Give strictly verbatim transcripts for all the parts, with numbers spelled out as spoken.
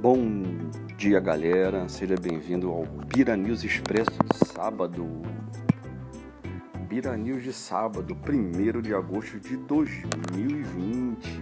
Bom dia, galera, seja bem-vindo ao Bira News Expresso de sábado. Bira News de sábado, primeiro de agosto de dois mil e vinte.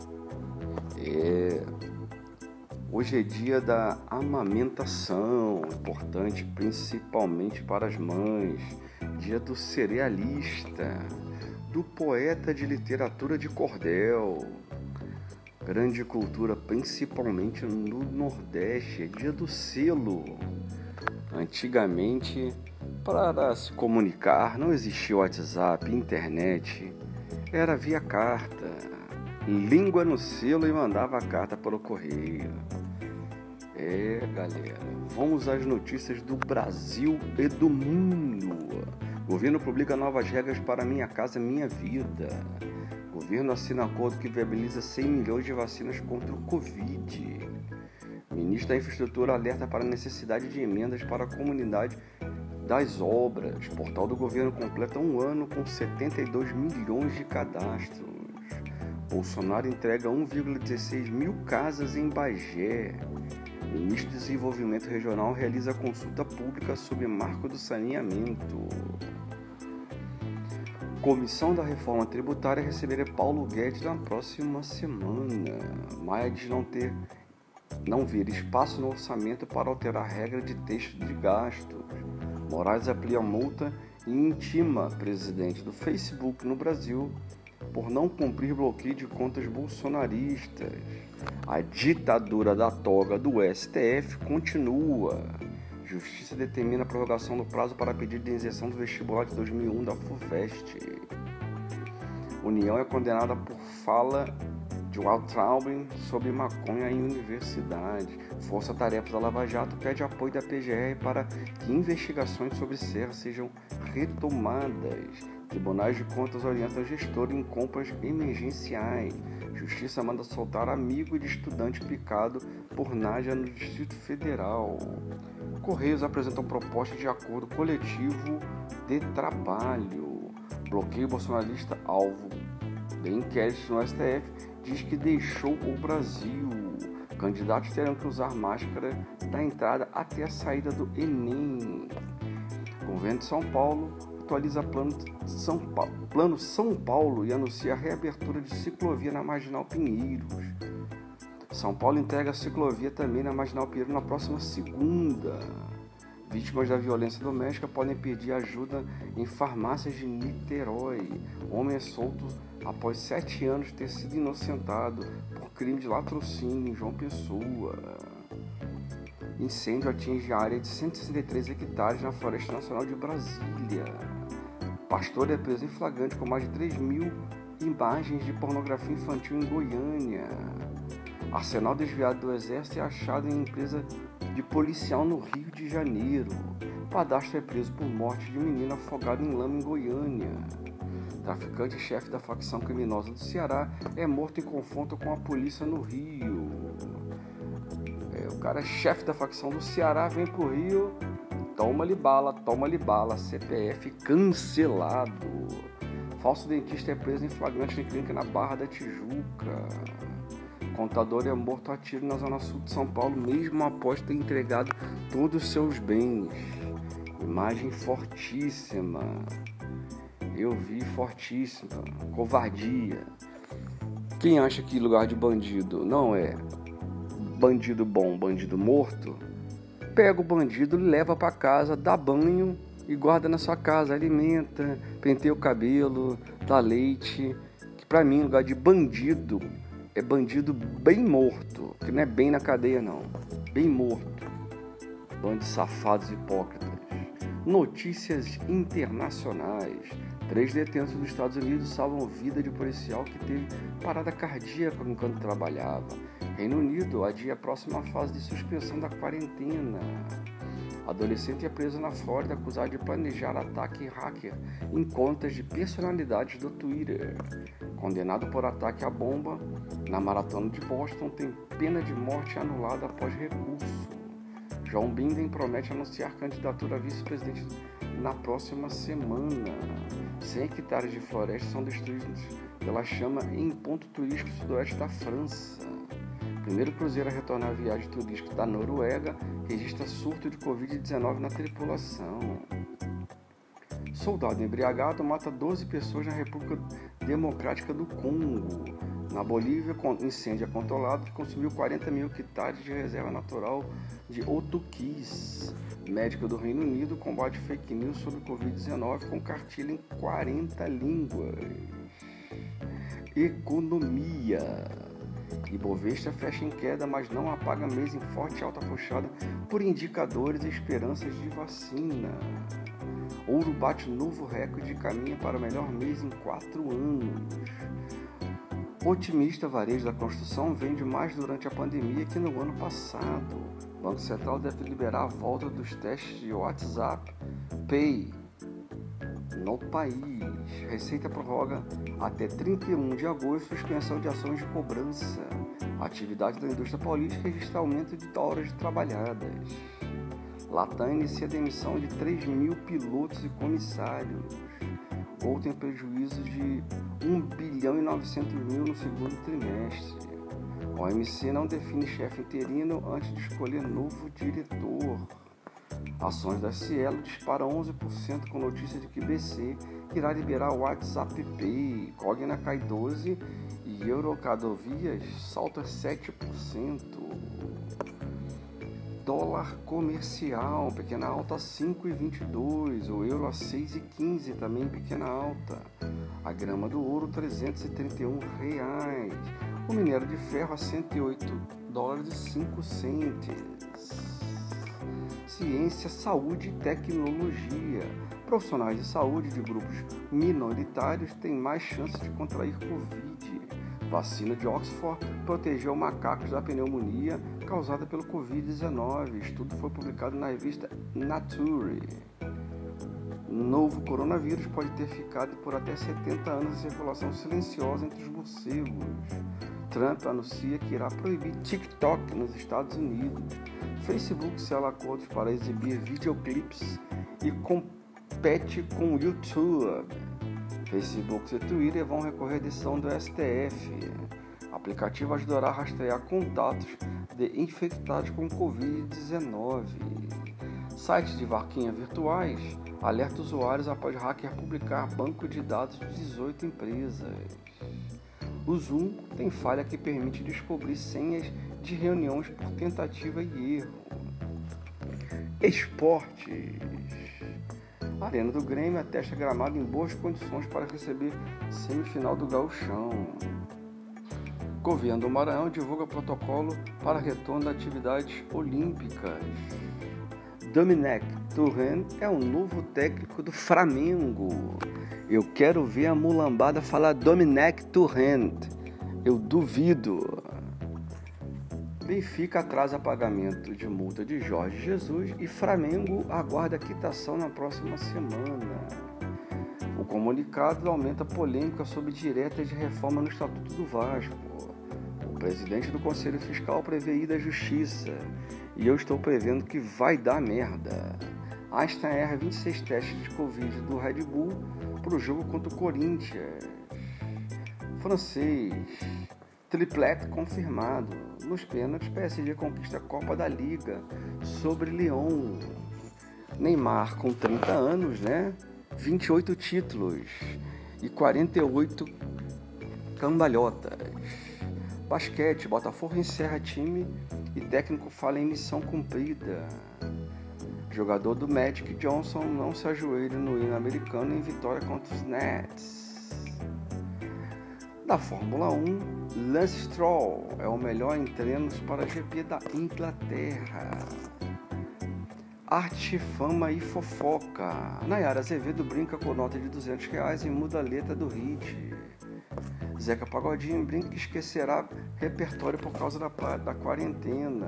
É... Hoje é dia da amamentação, importante principalmente para as mães. Dia do cerealista, do poeta de literatura de cordel. Grande cultura, principalmente no Nordeste. É dia do selo. Antigamente, para se comunicar, não existia WhatsApp, internet. Era via carta. Língua no selo e mandava a carta pelo correio. É, galera, vamos às notícias do Brasil e do mundo. Governo publica novas regras para Minha Casa Minha Vida. Governo assina acordo que viabiliza cem milhões de vacinas contra o Covid. Ministro da Infraestrutura alerta para a necessidade de emendas para a comunidade das obras. Portal do governo completa um ano com setenta e dois milhões de cadastros. Bolsonaro entrega um vírgula dezesseis mil casas em Bagé. Ministro do Desenvolvimento Regional realiza consulta pública sobre marco do saneamento. Comissão da Reforma Tributária receberá Paulo Guedes na próxima semana. Maia diz não ter, não ver espaço no orçamento para alterar a regra de texto de gastos. Moraes amplia multa e intima presidente do Facebook no Brasil por não cumprir bloqueio de contas bolsonaristas. A ditadura da toga do S T F continua. Justiça determina a prorrogação do prazo para pedido de isenção do vestibular de dois mil e um da FUVEST. União é condenada por fala de Weintraub sobre maconha em universidade. Força Tarefa da Lava Jato pede apoio da P G R para que investigações sobre Serra sejam retomadas. Tribunais de Contas orientam gestor em compras emergenciais. Justiça manda soltar amigo de estudante picado por Nádia no Distrito Federal. Correios apresentam proposta de acordo coletivo de trabalho. Bloqueio bolsonarista alvo de inquérito no S T F diz que deixou o Brasil. Candidatos terão que usar máscara da entrada até a saída do Enem. Governo de São Paulo atualiza plano São Paulo, plano São Paulo e anuncia a reabertura de ciclovia na Marginal Pinheiros. São Paulo entrega a ciclovia também na Marginal Pinheiros na próxima segunda. Vítimas da violência doméstica podem pedir ajuda em farmácias de Niterói. Homem é solto após sete anos ter sido inocentado por crime de latrocínio em João Pessoa. Incêndio atinge a área de cento e sessenta e três hectares na Floresta Nacional de Brasília. Pastor é preso em flagrante com mais de três mil imagens de pornografia infantil em Goiânia. Arsenal desviado do Exército é achado em empresa de policial no Rio de Janeiro. Padastro é preso por morte de menino afogado em lama em Goiânia. Traficante e chefe da facção criminosa do Ceará é morto em confronto com a polícia no Rio. É, o cara é chefe da facção do Ceará, vem pro Rio, toma-lhe bala, toma-lhe bala, C P F cancelado. Falso dentista é preso em flagrante em clínica na Barra da Tijuca. Contador é morto a tiro na zona sul de São Paulo, mesmo após ter entregado todos os seus bens. Imagem fortíssima. Eu vi fortíssima. Covardia. Quem acha que lugar de bandido não é bandido bom, bandido morto, pega o bandido, leva para casa, dá banho e guarda na sua casa, alimenta, penteia o cabelo, dá leite. Que para mim, lugar de bandido é bandido bem morto, que não é bem na cadeia não, bem morto. Bando de safados hipócritas. Notícias internacionais. Três detentos dos Estados Unidos salvam vida de policial que teve parada cardíaca enquanto trabalhava. Reino Unido adia a próxima fase de suspensão da quarentena. Adolescente é preso na Flórida acusado de planejar ataque hacker em contas de personalidades do Twitter. Condenado por ataque à bomba na maratona de Boston, tem pena de morte anulada após recurso. João Biden promete anunciar candidatura a vice-presidente na próxima semana. cem hectares de floresta são destruídos pela chama em ponto turístico sudoeste da França. Primeiro cruzeiro a retornar à viagem turística da Noruega registra surto de covid dezenove na tripulação. Soldado embriagado mata doze pessoas na República Democrática do Congo. Na Bolívia, incêndio é controlado que consumiu quarenta mil hectares de reserva natural de otuquis. Médico do Reino Unido combate fake news sobre covid dezenove com cartilha em quarenta línguas. Economia. Ibovespa fecha em queda, mas não apaga mês em forte alta puxada por indicadores e esperanças de vacina. Ouro bate novo recorde e caminha para o melhor mês em quatro anos. Otimista, varejo da construção vende mais durante a pandemia que no ano passado. O Banco Central deve liberar a volta dos testes de WhatsApp Pay no país. Receita prorroga até trinta e um de agosto suspensão de ações de cobrança. A atividade da indústria paulista registra aumento de horas trabalhadas. Latam inicia a demissão de três mil pilotos e comissários. Gol tem prejuízo de um bilhão e novecentos mil no segundo trimestre. O O M C não define chefe interino antes de escolher novo diretor. Ações da Cielo disparam onze por cento com notícia de que B C irá liberar o WhatsApp Pay. Cogna cai doze por cento e Eurocadovias salta sete por cento. Dólar comercial, pequena alta cinco reais e vinte e dois centavos, o euro a seis reais e quinze centavos, também pequena alta. A grama do ouro trezentos e trinta e um reais. O minério de ferro a cento e oito dólares e cinco centavos. Ciência, saúde e tecnologia. Profissionais de saúde de grupos minoritários têm mais chances de contrair Covid. Vacina de Oxford protegeu macacos da pneumonia causada pelo covid dezenove. Estudo foi publicado na revista Nature. Novo coronavírus pode ter ficado por até setenta anos em circulação silenciosa entre os morcegos. Trump anuncia que irá proibir TikTok nos Estados Unidos. Facebook sela acordos para exibir videoclipes e compete com o YouTube. Facebook e Twitter vão recorrer à decisão do S T F. O aplicativo ajudará a rastrear contatos de infectados com covid dezenove. Sites de vaquinha virtuais alerta usuários após hacker publicar banco de dados de dezoito empresas. O Zoom tem falha que permite descobrir senhas de reuniões por tentativa e erro. Esportes. A Arena do Grêmio atesta gramado em boas condições para receber semifinal do Gauchão. Governo do Maranhão divulga protocolo para retorno das atividades olímpicas. Domenech Torrent é o novo técnico do Flamengo. Eu quero ver a mulambada falar Domenech Torrent. Eu duvido. Benfica atrasa pagamento de multa de Jorge Jesus e Flamengo aguarda quitação na próxima semana. O comunicado aumenta a polêmica sobre diretas de reforma no Estatuto do Vasco. O presidente do Conselho Fiscal prevê ida à Justiça e eu estou prevendo que vai dar merda. Einstein erra vinte e seis testes de Covid do Red Bull para o jogo contra o Corinthians. Francês. Triplete confirmado. Nos pênaltis, P S G conquista a Copa da Liga sobre Lyon. Neymar com trinta anos, né? vinte e oito títulos e quarenta e oito cambalhotas. Basquete, Botafogo encerra time e técnico fala em missão cumprida. Jogador do Magic Johnson não se ajoelha no hino americano em vitória contra os Nets. Da Fórmula um, Lance Stroll é o melhor em treinos para a G P da Inglaterra. Arte, fama e fofoca. Nayara Azevedo brinca com nota de duzentos reais e muda a letra do hit. Zeca Pagodinho brinca que esquecerá repertório por causa da, da quarentena.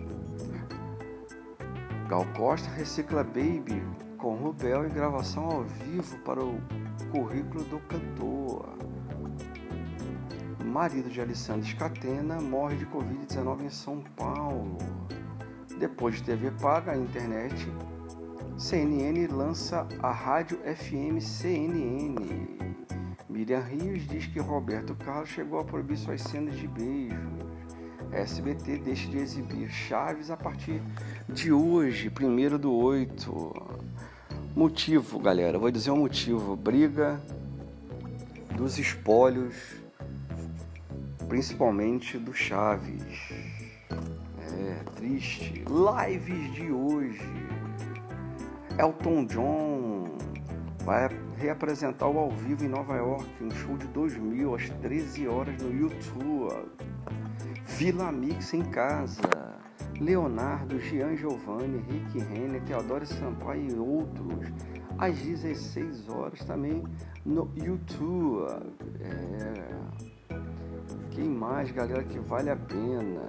Gal Costa recicla Baby com Rubel em gravação ao vivo para o currículo do cantor. O marido de Alessandra Scatena morre de covid dezenove em São Paulo. Depois de T V paga, a internet, C N N lança a rádio F M C N N. Miriam Rios diz que Roberto Carlos chegou a proibir suas cenas de beijos. S B T deixa de exibir Chaves a partir de hoje, primeiro do oito. Motivo, galera, vou dizer um motivo. Briga dos espólios, principalmente do Chaves. É, triste. Lives de hoje. Elton John vai reapresentar o Ao Vivo em Nova York, um show de dois mil, às treze horas no YouTube. Vila Mix em casa. Leonardo, Gian Giovanni, Rick Renner, Teodoro Sampaio e outros, às dezesseis horas também no YouTube. É... Quem mais, galera, que vale a pena?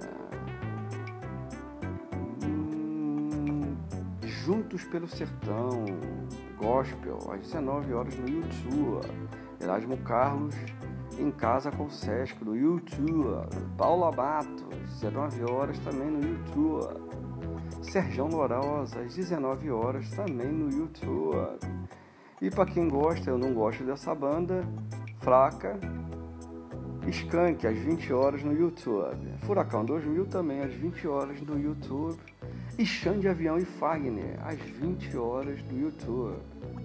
Hum... Juntos pelo Sertão, Gospel, às dezenove horas no YouTube. Erasmo Carlos em casa com o Sesc no YouTube. Paula Matos, dezenove horas também no YouTube. Serjão Lourosa, às dezenove horas também no YouTube. E para quem gosta, eu não gosto dessa banda, fraca, Skank, às vinte horas no YouTube. Furacão dois mil também às vinte horas no YouTube. E Xande Avião e Fagner, às vinte horas no YouTube.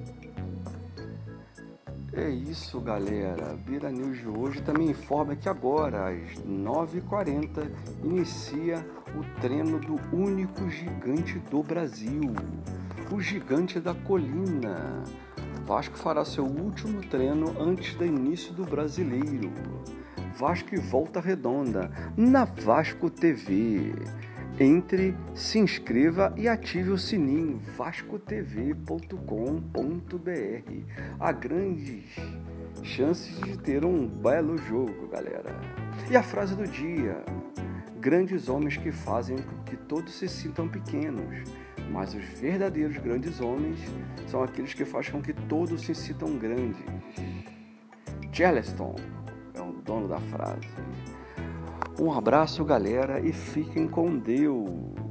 É isso, galera. Bira News de hoje também informa que agora, às nove e quarenta, inicia o treino do único gigante do Brasil, o Gigante da Colina. Vasco fará seu último treino antes do início do Brasileiro. Vasco e Volta Redonda, na Vasco T V. Entre, se inscreva e ative o sininho vasco t v ponto com ponto b r. Há grandes chances de ter um belo jogo, galera. E a frase do dia: grandes homens que fazem com que todos se sintam pequenos, mas os verdadeiros grandes homens são aqueles que fazem com que todos se sintam grandes. Charleston é o dono da frase. Um abraço, galera, e fiquem com Deus.